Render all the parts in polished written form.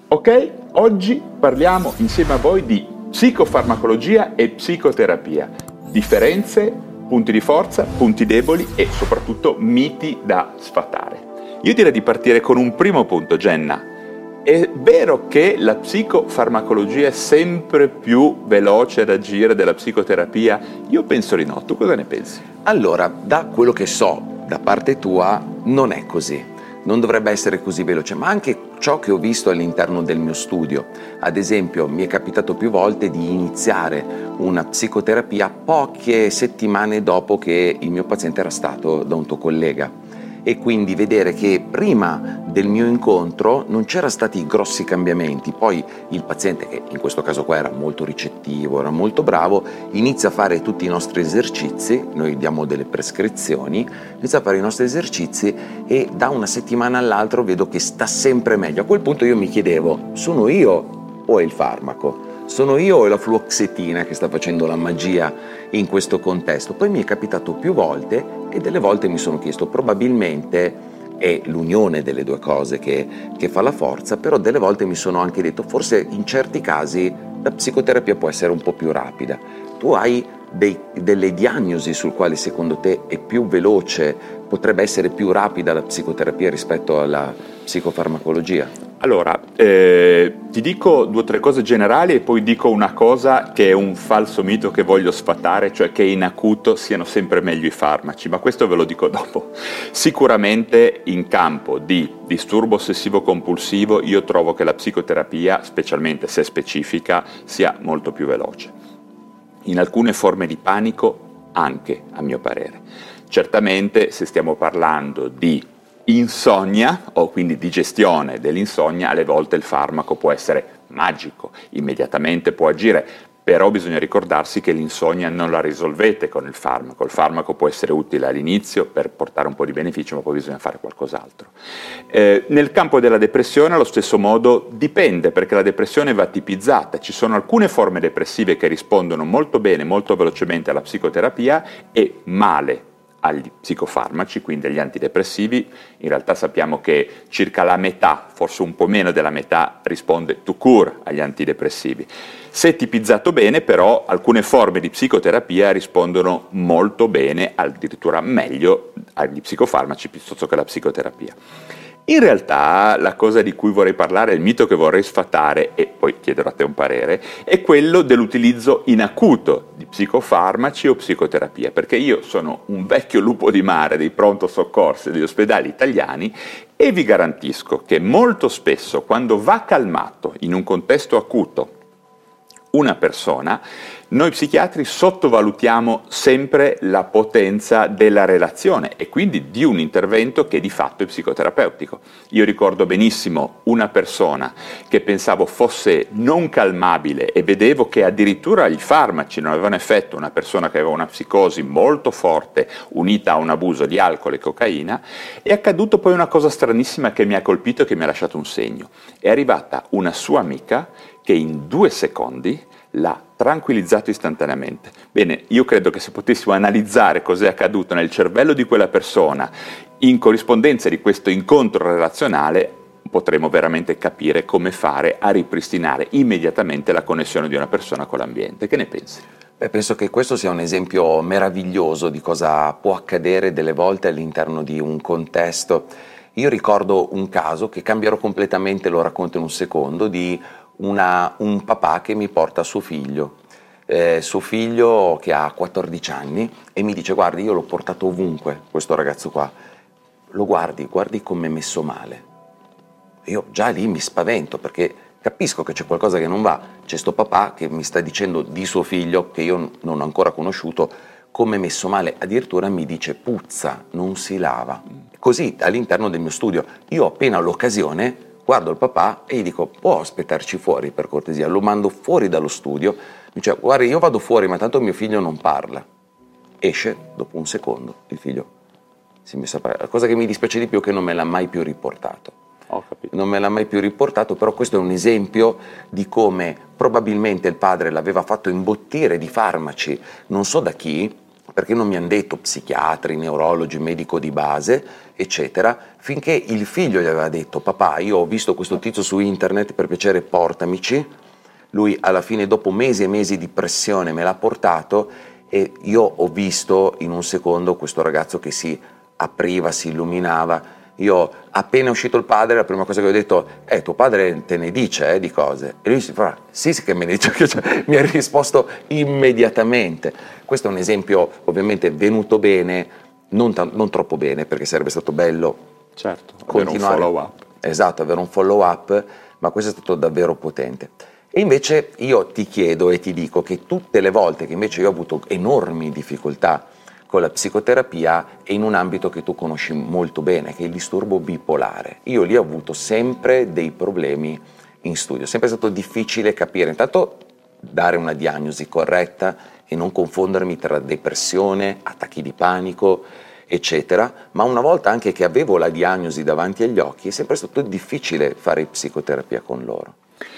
Ok, oggi parliamo insieme a voi di psicofarmacologia e psicoterapia, differenze, punti di forza, punti deboli e soprattutto miti da sfatare. Io direi di partire con un primo punto, Jenna. È vero che la psicofarmacologia è sempre più veloce ad agire della psicoterapia? Io penso di no, tu cosa ne pensi? Allora, da quello che so da parte tua, non è così. Non dovrebbe essere così veloce, ma anche ciò che ho visto all'interno del mio studio. Ad esempio, mi è capitato più volte di iniziare una psicoterapia poche settimane dopo che il mio paziente era stato da un tuo collega. E quindi vedere che prima del mio incontro non c'erano stati grossi cambiamenti, poi il paziente, che in questo caso qua era molto ricettivo, era molto bravo, inizia a fare tutti i nostri esercizi, noi diamo delle prescrizioni, inizia a fare i nostri esercizi e da una settimana all'altra vedo che sta sempre meglio. A quel punto io mi chiedevo, sono io o è il farmaco? Sono io o è la fluoxetina che sta facendo la magia in questo contesto? Poi mi è capitato più volte e delle volte mi sono chiesto, probabilmente è l'unione delle due cose che fa la forza, però delle volte mi sono anche detto, forse in certi casi la psicoterapia può essere un po' più rapida. Tu hai delle diagnosi sul quale secondo te è più veloce, potrebbe essere più rapida la psicoterapia rispetto alla psicofarmacologia? Allora, ti dico 2 o 3 cose generali e poi dico una cosa che è un falso mito che voglio sfatare, cioè che in acuto siano sempre meglio i farmaci, ma questo ve lo dico dopo. Sicuramente in campo di disturbo ossessivo compulsivo io trovo che la psicoterapia, specialmente se specifica, sia molto più veloce. In alcune forme di panico anche, a mio parere. Certamente se stiamo parlando di insonnia o quindi di gestione dell'insonnia, alle volte il farmaco può essere magico, immediatamente può agire, però bisogna ricordarsi che l'insonnia non la risolvete con il farmaco può essere utile all'inizio per portare un po' di beneficio, ma poi bisogna fare qualcos'altro. Nel campo della depressione allo stesso modo dipende, perché la depressione va tipizzata, ci sono alcune forme depressive che rispondono molto bene, molto velocemente alla psicoterapia e male agli psicofarmaci, quindi agli antidepressivi. In realtà sappiamo che circa la metà, forse un po' meno della metà, risponde tout court agli antidepressivi. Se tipizzato bene, però, alcune forme di psicoterapia rispondono molto bene, addirittura meglio agli psicofarmaci piuttosto che alla psicoterapia. In realtà la cosa di cui vorrei parlare, il mito che vorrei sfatare, e poi chiederò a te un parere, è quello dell'utilizzo in acuto di psicofarmaci o psicoterapia, perché io sono un vecchio lupo di mare dei pronto soccorso degli ospedali italiani e vi garantisco che molto spesso quando va calmato in un contesto acuto una persona, noi psichiatri sottovalutiamo sempre la potenza della relazione e quindi di un intervento che di fatto è psicoterapeutico. Io ricordo benissimo una persona che pensavo fosse non calmabile e vedevo che addirittura i farmaci non avevano effetto, una persona che aveva una psicosi molto forte unita a un abuso di alcol e cocaina. È accaduto poi una cosa stranissima che mi ha colpito e che mi ha lasciato un segno. È arrivata una sua amica che in 2 secondi l'ha tranquillizzato istantaneamente. Bene, io credo che se potessimo analizzare cos'è accaduto nel cervello di quella persona in corrispondenza di questo incontro relazionale, potremo veramente capire come fare a ripristinare immediatamente la connessione di una persona con l'ambiente. Che ne pensi? Beh, penso che questo sia un esempio meraviglioso di cosa può accadere delle volte all'interno di un contesto. Io ricordo un caso che cambierò completamente, lo racconto in un secondo, di un papà che mi porta suo figlio che ha 14 anni e mi dice: guardi, io l'ho portato ovunque questo ragazzo qua, lo guardi come è messo male. Io già lì mi spavento perché capisco che c'è qualcosa che non va, c'è sto papà che mi sta dicendo di suo figlio, che io non ho ancora conosciuto, come è messo male, addirittura mi dice puzza, non si lava. Così all'interno del mio studio io appena ho l'occasione guardo il papà e gli dico: può aspettarci fuori per cortesia? Lo mando fuori dallo studio, mi dice: guarda, io vado fuori ma tanto mio figlio non parla. Esce, dopo un secondo il figlio si è messo a parlare. La cosa che mi dispiace di più è che non me l'ha mai più riportato. Ho capito. Non me l'ha mai più riportato, però questo è un esempio di come probabilmente il padre l'aveva fatto imbottire di farmaci, non so da chi, perché non mi hanno detto psichiatri, neurologi, medico di base, eccetera, finché il figlio gli aveva detto: papà, io ho visto questo tizio su internet, per piacere portamici. Lui alla fine, dopo mesi e mesi di pressione, me l'ha portato e io ho visto in un secondo questo ragazzo che si apriva, si illuminava. Io, appena è uscito il padre, la prima cosa che ho detto è: tuo padre te ne dice di cose? E lui si fa: sì, sì che me ne dice, cioè, mi ha risposto immediatamente. Questo è un esempio ovviamente venuto bene, non troppo bene, perché sarebbe stato bello, certo, continuare, avere un follow up. Esatto, avere un follow up, ma questo è stato davvero potente. E invece io ti chiedo e ti dico che tutte le volte che invece io ho avuto enormi difficoltà con la psicoterapia è in un ambito che tu conosci molto bene, che è il disturbo bipolare. Io lì ho avuto sempre dei problemi in studio, è sempre stato difficile capire, intanto dare una diagnosi corretta e non confondermi tra depressione, attacchi di panico, eccetera, ma una volta anche che avevo la diagnosi davanti agli occhi è sempre stato difficile fare psicoterapia con loro.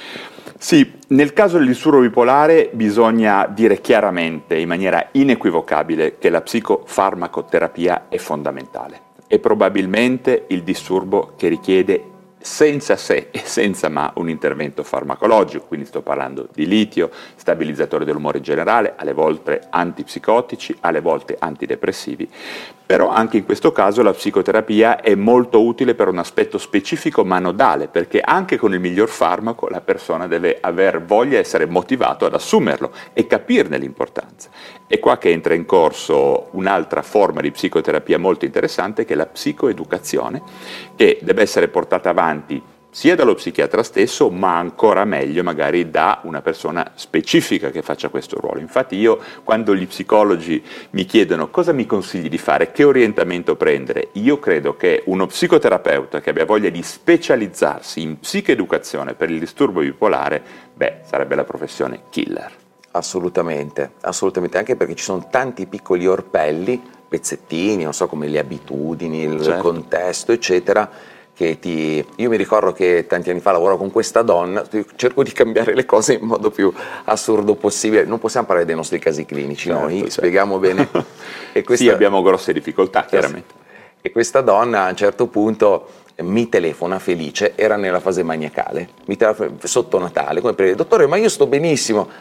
Sì, nel caso del disturbo bipolare bisogna dire chiaramente, in maniera inequivocabile, che la psicofarmacoterapia è fondamentale. È probabilmente il disturbo che richiede senza se e senza ma un intervento farmacologico, quindi sto parlando di litio, stabilizzatore dell'umore generale, alle volte antipsicotici, alle volte antidepressivi. Però anche in questo caso la psicoterapia è molto utile per un aspetto specifico ma nodale, perché anche con il miglior farmaco la persona deve aver voglia di essere motivato ad assumerlo e capirne l'importanza. È qua che entra in corso un'altra forma di psicoterapia molto interessante, che è la psicoeducazione, che deve essere portata avanti sia dallo psichiatra stesso, ma ancora meglio magari da una persona specifica che faccia questo ruolo. Infatti io, quando gli psicologi mi chiedono cosa mi consigli di fare, che orientamento prendere, io credo che uno psicoterapeuta che abbia voglia di specializzarsi in psicoeducazione per il disturbo bipolare, sarebbe la professione killer. Assolutamente, assolutamente, anche perché ci sono tanti piccoli orpelli, pezzettini, non so, come le abitudini, il contesto, eccetera, io mi ricordo che tanti anni fa lavoravo con questa donna, cerco di cambiare le cose in modo più assurdo possibile. Non possiamo parlare dei nostri casi clinici, noi spieghiamo bene. E sì, abbiamo grosse difficoltà, chiaramente. E questa donna a un certo punto mi telefona felice, era nella fase maniacale, mi telefona sotto Natale, come per dire: dottore, ma io sto benissimo.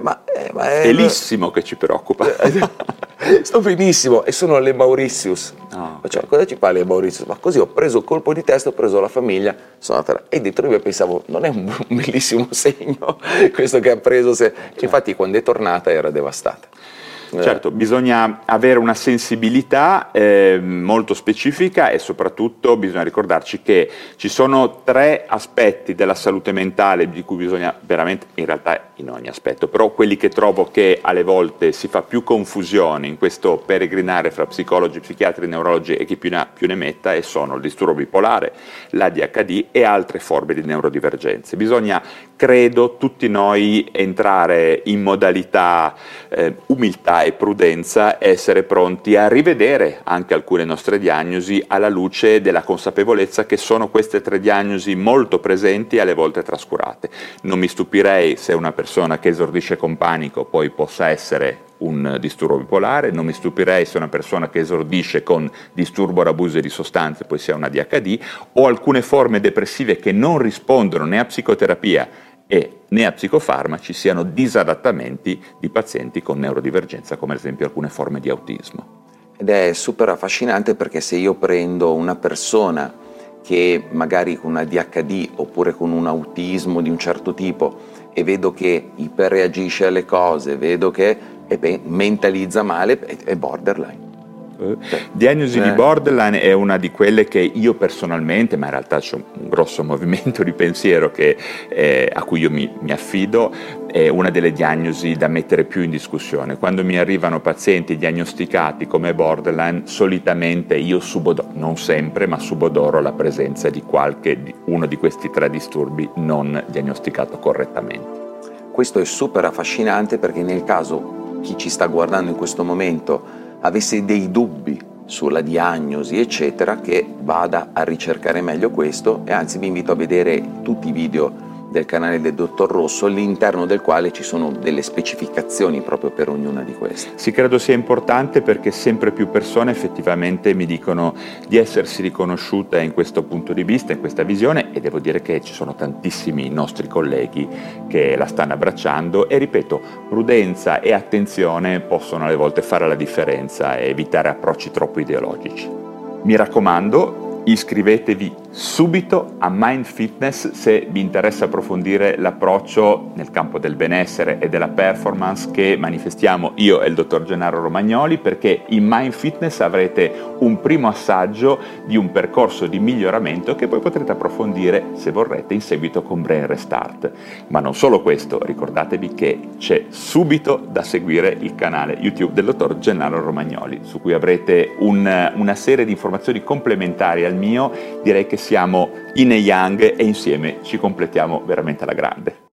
Benissimo che ci preoccupa. Sto benissimo e sono alle Mauritius. Faccio: cosa ci fa alle Mauritius? Ma così ho preso colpo di testa, ho preso la famiglia, sono andata e dentro io pensavo: non è un bellissimo segno questo che ha preso? Infatti quando è tornata era devastata. Certo, bisogna avere una sensibilità molto specifica e soprattutto bisogna ricordarci che ci sono 3 aspetti della salute mentale di cui bisogna veramente, in realtà in ogni aspetto, però quelli che trovo che alle volte si fa più confusione in questo peregrinare fra psicologi, psichiatri, neurologi e chi più ne metta, e sono il disturbo bipolare, l'ADHD e altre forme di neurodivergenze. Bisogna, credo, tutti noi entrare in modalità umiltà e prudenza, essere pronti a rivedere anche alcune nostre diagnosi alla luce della consapevolezza che sono queste 3 diagnosi molto presenti e alle volte trascurate. Non mi stupirei se una persona che esordisce con panico poi possa essere un disturbo bipolare, non mi stupirei se una persona che esordisce con disturbo ad abuso di sostanze poi sia una ADHD, o alcune forme depressive che non rispondono né a psicoterapia né a psicofarmaci siano disadattamenti di pazienti con neurodivergenza, come ad esempio alcune forme di autismo. Ed è super affascinante, perché se io prendo una persona che magari con una ADHD oppure con un autismo di un certo tipo e vedo che iperreagisce alle cose, vedo che mentalizza male, è borderline. Diagnosi di borderline è una di quelle che io personalmente, ma in realtà c'è un grosso movimento di pensiero a cui io mi affido, è una delle diagnosi da mettere più in discussione. Quando mi arrivano pazienti diagnosticati come borderline, solitamente io subodoro, non sempre, ma subodoro la presenza di uno di questi 3 disturbi non diagnosticato correttamente. Questo è super affascinante, perché nel caso chi ci sta guardando in questo momento avesse dei dubbi sulla diagnosi, eccetera, che vada a ricercare meglio questo, e anzi vi invito a vedere tutti i video del canale del Dottor Rosso, all'interno del quale ci sono delle specificazioni proprio per ognuna di queste. Sì, credo sia importante perché sempre più persone effettivamente mi dicono di essersi riconosciute in questo punto di vista, in questa visione, e devo dire che ci sono tantissimi nostri colleghi che la stanno abbracciando e ripeto, prudenza e attenzione possono alle volte fare la differenza e evitare approcci troppo ideologici. Mi raccomando, iscrivetevi subito a Mind Fitness se vi interessa approfondire l'approccio nel campo del benessere e della performance che manifestiamo io e il dottor Gennaro Romagnoli, perché in Mind Fitness avrete un primo assaggio di un percorso di miglioramento che poi potrete approfondire se vorrete in seguito con Brain Restart. Ma non solo questo, ricordatevi che c'è subito da seguire il canale YouTube del dottor Gennaro Romagnoli, su cui avrete una serie di informazioni complementari al mio. Direi che siamo yin e yang e insieme ci completiamo veramente alla grande.